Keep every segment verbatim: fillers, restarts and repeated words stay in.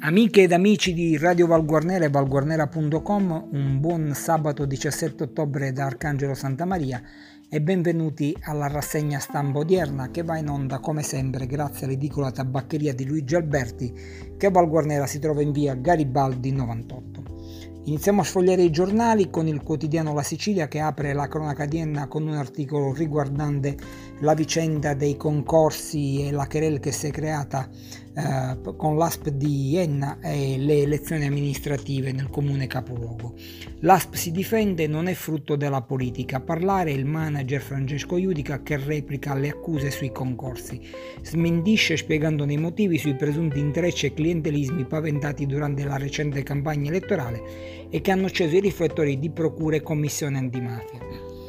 Amiche ed amici di Radio Valguarnera e valguarnera punto com, un buon sabato diciassette ottobre da Arcangelo Santa Maria e benvenuti alla rassegna stampa odierna che va in onda come sempre grazie all'edicola tabaccheria di Luigi Alberti che a Valguarnera si trova in via Garibaldi novantotto. Iniziamo a sfogliare i giornali con il quotidiano La Sicilia che apre la cronaca odierna con un articolo riguardante la vicenda dei concorsi e la querela che si è creata eh, con l'A S P di Enna e le elezioni amministrative nel comune capoluogo. L'A S P si difende, non è frutto della politica. A parlare il manager Francesco Judica che replica le accuse sui concorsi. Smentisce spiegandone i motivi sui presunti intrecci e clientelismi paventati durante la recente campagna elettorale e che hanno acceso i riflettori di procure e commissione antimafia.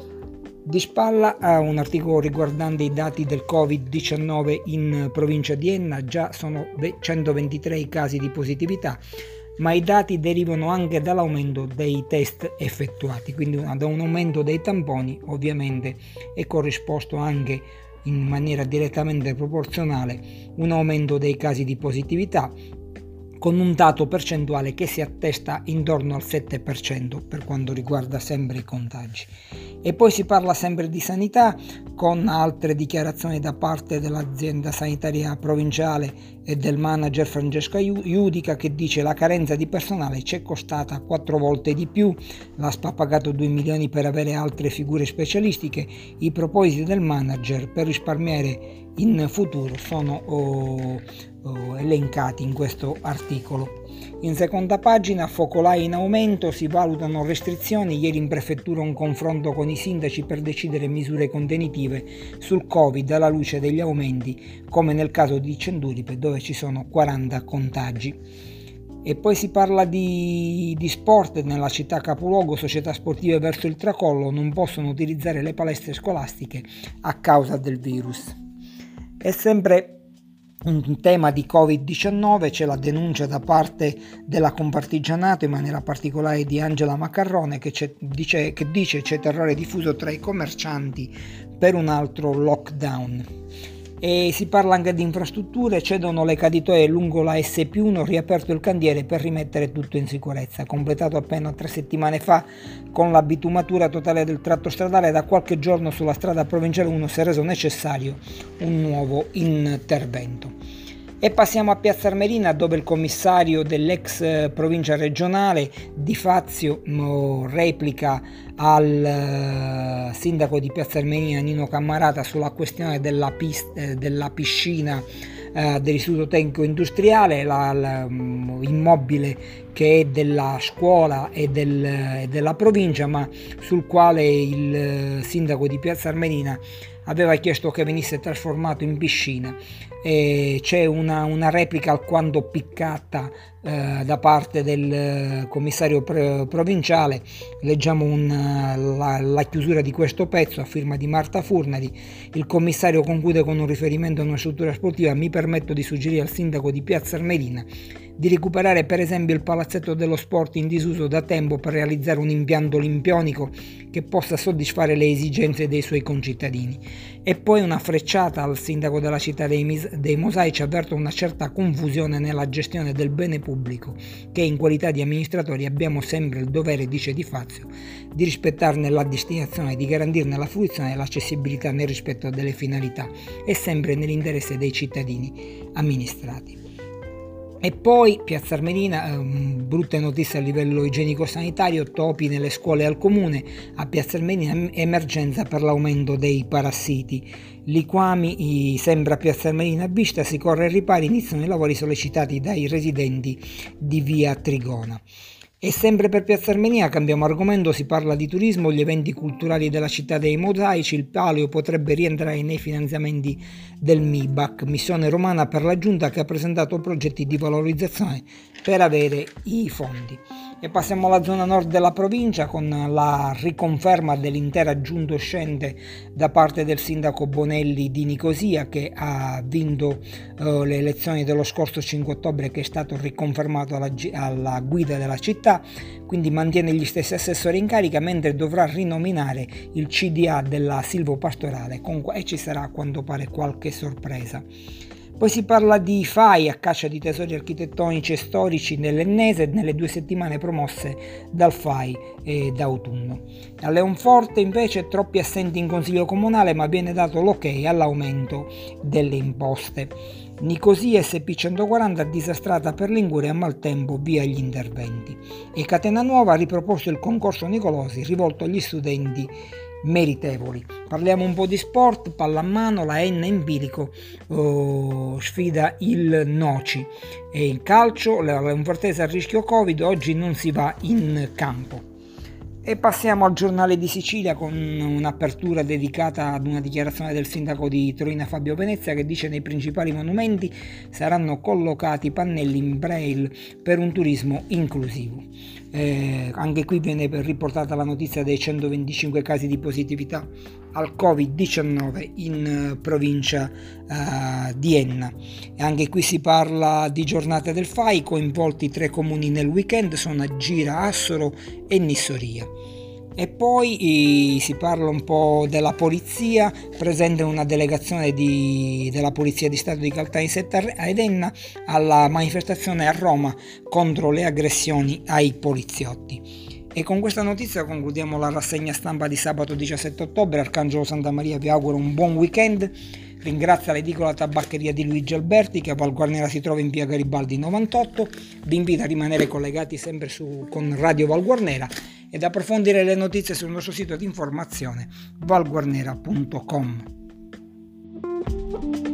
Di spalla a un articolo riguardante i dati del covid diciannove in provincia di Enna, già sono centoventitré i casi di positività, ma i dati derivano anche dall'aumento dei test effettuati, quindi da un aumento dei tamponi ovviamente è corrisposto anche in maniera direttamente proporzionale un aumento dei casi di positività, con un dato percentuale che si attesta intorno al sette per cento per quanto riguarda sempre i contagi. E poi si parla sempre di sanità con altre dichiarazioni da parte dell'azienda sanitaria provinciale e del manager Francesco Judica che dice la carenza di personale ci è costata quattro volte di più, l'A S P ha pagato due milioni per avere altre figure specialistiche, i propositi del manager per risparmiare in futuro sono oh, oh, elencati in questo articolo. In seconda pagina, focolai in aumento, si valutano restrizioni, ieri in prefettura un confronto con i sindaci per decidere misure contenitive sul Covid alla luce degli aumenti, come nel caso di Cenduripe dove ci sono quaranta contagi. E poi si parla di, di sport nella città capoluogo, società sportive verso il tracollo non possono utilizzare le palestre scolastiche a causa del virus. È sempre un tema di covid diciannove, c'è la denuncia da parte della Compartigianato, in maniera particolare di Angela Maccarrone, che, dice, che dice c'è terrore diffuso tra i commercianti per un altro lockdown. E si parla anche di infrastrutture, cedono le caditoie lungo la S P uno, riaperto il cantiere per rimettere tutto in sicurezza, completato appena tre settimane fa con la bitumatura totale del tratto stradale. Da qualche giorno sulla strada provinciale uno si è reso necessario un nuovo intervento. E passiamo a Piazza Armerina dove il commissario dell'ex provincia regionale Di Fazio replica al sindaco di Piazza Armerina Nino Cammarata sulla questione della, pist- della piscina eh, dell'istituto tecnico industriale, la, la, immobile che è della scuola e, del, e della provincia, ma sul quale il sindaco di Piazza Armerina aveva chiesto che venisse trasformato in piscina. E c'è una, una replica alquanto piccata eh, da parte del commissario pre- provinciale. Leggiamo un, la, la chiusura di questo pezzo a firma di Marta Furnari. Il commissario conclude con un riferimento a una struttura sportiva: mi permetto di suggerire al sindaco di Piazza Armerina di recuperare per esempio il palazzetto dello sport in disuso da tempo per realizzare un impianto olimpionico che possa soddisfare le esigenze dei suoi concittadini. E poi una frecciata al sindaco della città dei, Mis- dei Mosaici, avverto una certa confusione nella gestione del bene pubblico che in qualità di amministratori abbiamo sempre il dovere, dice Di Fazio, di rispettarne la destinazione, di garantirne la fruizione e l'accessibilità nel rispetto delle finalità e sempre nell'interesse dei cittadini amministrati. E poi Piazza Armerina, um, brutte notizie a livello igienico-sanitario, topi nelle scuole al comune. A Piazza Armerina emergenza per l'aumento dei parassiti. Liquami, sempre a Piazza Armerina a Vista, si corre ai ripari, iniziano i lavori sollecitati dai residenti di via Trigona. E sempre per Piazza Armerina cambiamo argomento, si parla di turismo, gli eventi culturali della città dei Mosaici, il palio potrebbe rientrare nei finanziamenti del M I B A C, missione romana per la giunta che ha presentato progetti di valorizzazione per avere i fondi. E passiamo alla zona nord della provincia con la riconferma dell'intera giunta uscente da parte del sindaco Bonelli di Nicosia che ha vinto uh, le elezioni dello scorso cinque ottobre, che è stato riconfermato alla, alla guida della città, quindi mantiene gli stessi assessori in carica mentre dovrà rinominare il C D A della Silvo Pastorale con, e ci sarà a quanto pare qualche sorpresa. Poi si parla di F A I a caccia di tesori architettonici e storici nell'Ennese nelle due settimane promosse dal F A I eh, d'autunno. A Leonforte invece troppi assenti in consiglio comunale, ma viene dato l'ok all'aumento delle imposte. Nicosia S P centoquaranta disastrata per Liguria, a maltempo via gli interventi. E Catena Nuova ha riproposto il concorso Nicolosi rivolto agli studenti meritevoli. Parliamo un po' di sport, pallamano, la Enna Empirico oh, sfida il Noci, e in calcio la Leonfortese a rischio Covid, oggi non si va in campo. E passiamo al Giornale di Sicilia con un'apertura dedicata ad una dichiarazione del sindaco di Torino Fabio Venezia, che dice: nei principali monumenti saranno collocati pannelli in braille per un turismo inclusivo. Eh, anche qui viene riportata la notizia dei centoventicinque casi di positività al covid diciannove in uh, provincia uh, di Enna. E anche qui si parla di giornate del F A I, coinvolti tre comuni nel weekend, sono Agira, Assoro e Nissoria. E poi eh, si parla un po' della polizia, presente una delegazione di, della Polizia di Stato di Caltanissetta ed Enna alla manifestazione a Roma contro le aggressioni ai poliziotti. E con questa notizia concludiamo la rassegna stampa di sabato diciassette ottobre. Arcangelo Santamaria vi augura un buon weekend. Ringrazia l'edicola tabaccheria di Luigi Alberti, che a Val Guarnera si trova in via Garibaldi novantotto. Vi invito a rimanere collegati sempre su, con Radio Val Guarnera ed approfondire le notizie sul nostro sito di informazione val guarnera punto com.